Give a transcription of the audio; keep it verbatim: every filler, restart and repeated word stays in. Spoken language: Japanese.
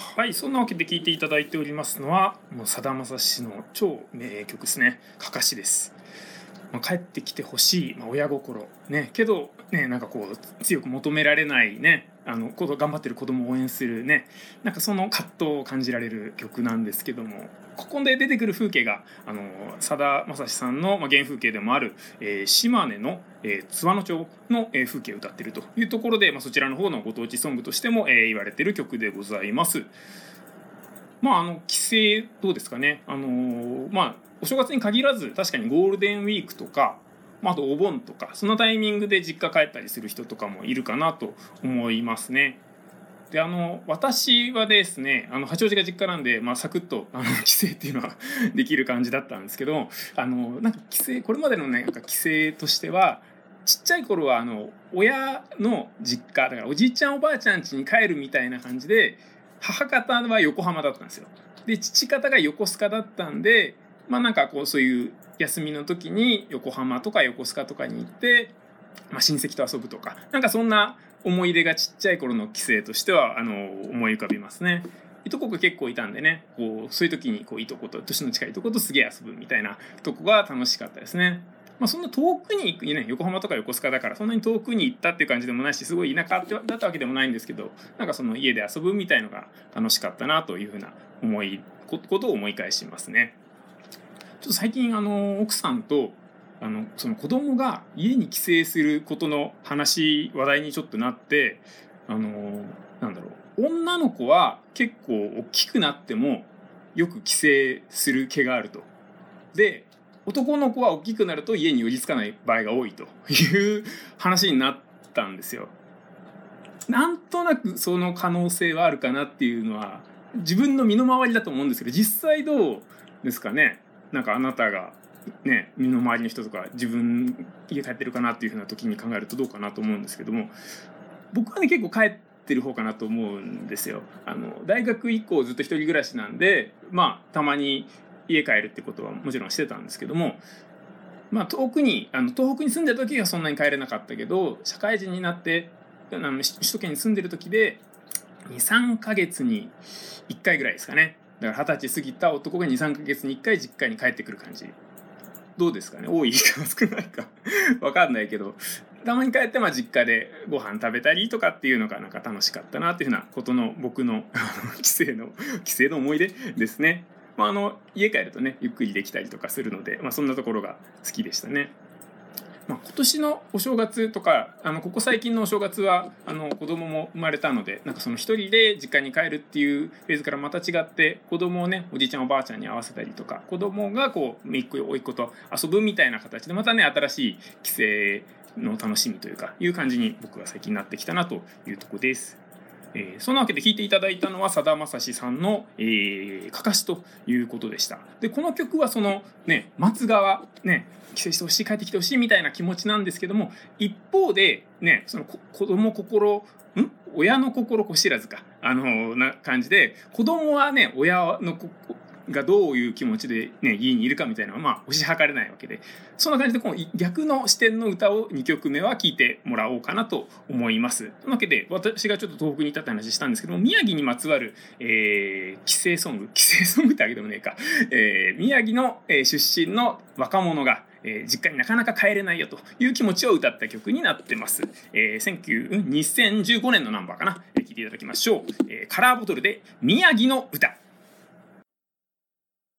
はい、そんなわけで聴いていただいておりますのはもうさだまさしの超名曲ですね。かかしです。まあ、帰ってきてほしい、まあ、親心ね、けどね、なんかこう強く求められないね、あのこ頑張ってる子供を応援するね、なんかその葛藤を感じられる曲なんですけども、ここで出てくる風景があのさだまさしさんの原風景でもある、えー、島根の、えー、津和野町の、えー、風景を歌っているというところで、まあ、そちらの方のご当地ソングとしても、えー、言われている曲でございます。まああの帰省どうですかね、あのー、まあお正月に限らず確かにゴールデンウィークとか、まあ、あとお盆とかそのタイミングで実家帰ったりする人とかもいるかなと思いますね。であの私はですね、あの八王子が実家なんで、まあ、サクッとあの帰省っていうのはできる感じだったんですけど、あのなんか帰省これまでの、ね、なんか帰省としてはちっちゃい頃はあの親の実家だからおじいちゃんおばあちゃん家に帰るみたいな感じで、母方は横浜だったんですよ。で父方が横須賀だったんで、まあなんかこうそういう休みの時に横浜とか横須賀とかに行って、まあ、親戚と遊ぶとか、なんかそんな思い出がちっちゃい頃の帰省としてはあの思い浮かびますね。いとこが結構いたんでね、こうそういう時にこういとこと年の近いいとことすげえ遊ぶみたいなとこが楽しかったですね。まあ、そんな遠くに行くね、横浜とか横須賀だからそんなに遠くに行ったっていう感じでもないし、すごい田舎だったわけでもないんですけど、なんかその家で遊ぶみたいのが楽しかったなというふうな思いことを思い返しますね。ちょっと最近あの奥さんとあのその子供が家に帰省することの話話題にちょっとなって、あのなんだろう、女の子は結構大きくなってもよく帰省する気があると。で男の子は大きくなると家に寄りつかない場合が多いという話になったんですよ。なんとなくその可能性はあるかなっていうのは自分の身の回りだと思うんですけど、実際どうですかね。なんかあなたがね、身の回りの人とか自分家帰ってるかなっていうふうな時に考えるとどうかなと思うんですけども、僕はね結構帰ってる方かなと思うんですよ。あの大学以降ずっと一人暮らしなんで、まあたまに家帰るってことはもちろんしてたんですけども、まあ遠くにあの東北に住んでる時はそんなに帰れなかったけど、社会人になってあの首都圏に住んでる時でにさんかげつにいっかいぐらいですかね。だからはたち過ぎた男がにさんかげつにいっかい実家に帰ってくる感じ。どうですかね、多いか少ないか分かんないけど、たまに帰ってまあ実家でご飯食べたりとかっていうのがなんか楽しかったなっていうふうなことの僕の帰省の帰省の思い出ですね。まあ、あの家帰るとねゆっくりできたりとかするので、まあ、そんなところが好きでしたね。まあ、今年のお正月とかあのここ最近のお正月はあの子供も生まれたので、なんかその一人で実家に帰るっていうフェーズからまた違って子供をねおじいちゃんおばあちゃんに会わせたりとか、子供がこう姪っ子甥っ子と遊ぶみたいな形でまたね新しい帰省の楽しみというかいう感じに僕は最近なってきたなというところです。えー、そんなわけで聴いていただいたのはさだまさしさんの、えー、かかしということでした。でこの曲はそのね松川ね帰省してほしい帰ってきてほしいみたいな気持ちなんですけども、一方でねその子供心ん親の心子知らずかあのな感じで、子供はね親のがどういう気持ちで、ね、家にいるかみたいなのは、まあ、推し量れないわけで、そんな感じでこの逆の視点の歌をにきょくめは聴いてもらおうかなと思います。というわけで私がちょっと東北にいたって話したんですけども、宮城にまつわる、えー、帰省ソング帰省ソングってあげてもねえか、えー、宮城の、えー、出身の若者がえー、実家になかなか帰れないよという気持ちを歌った曲になってます。えー、にせんじゅうごねんのナンバーかな、えー、聴いていただきましょう。えー、カラーボトルで宮城の歌。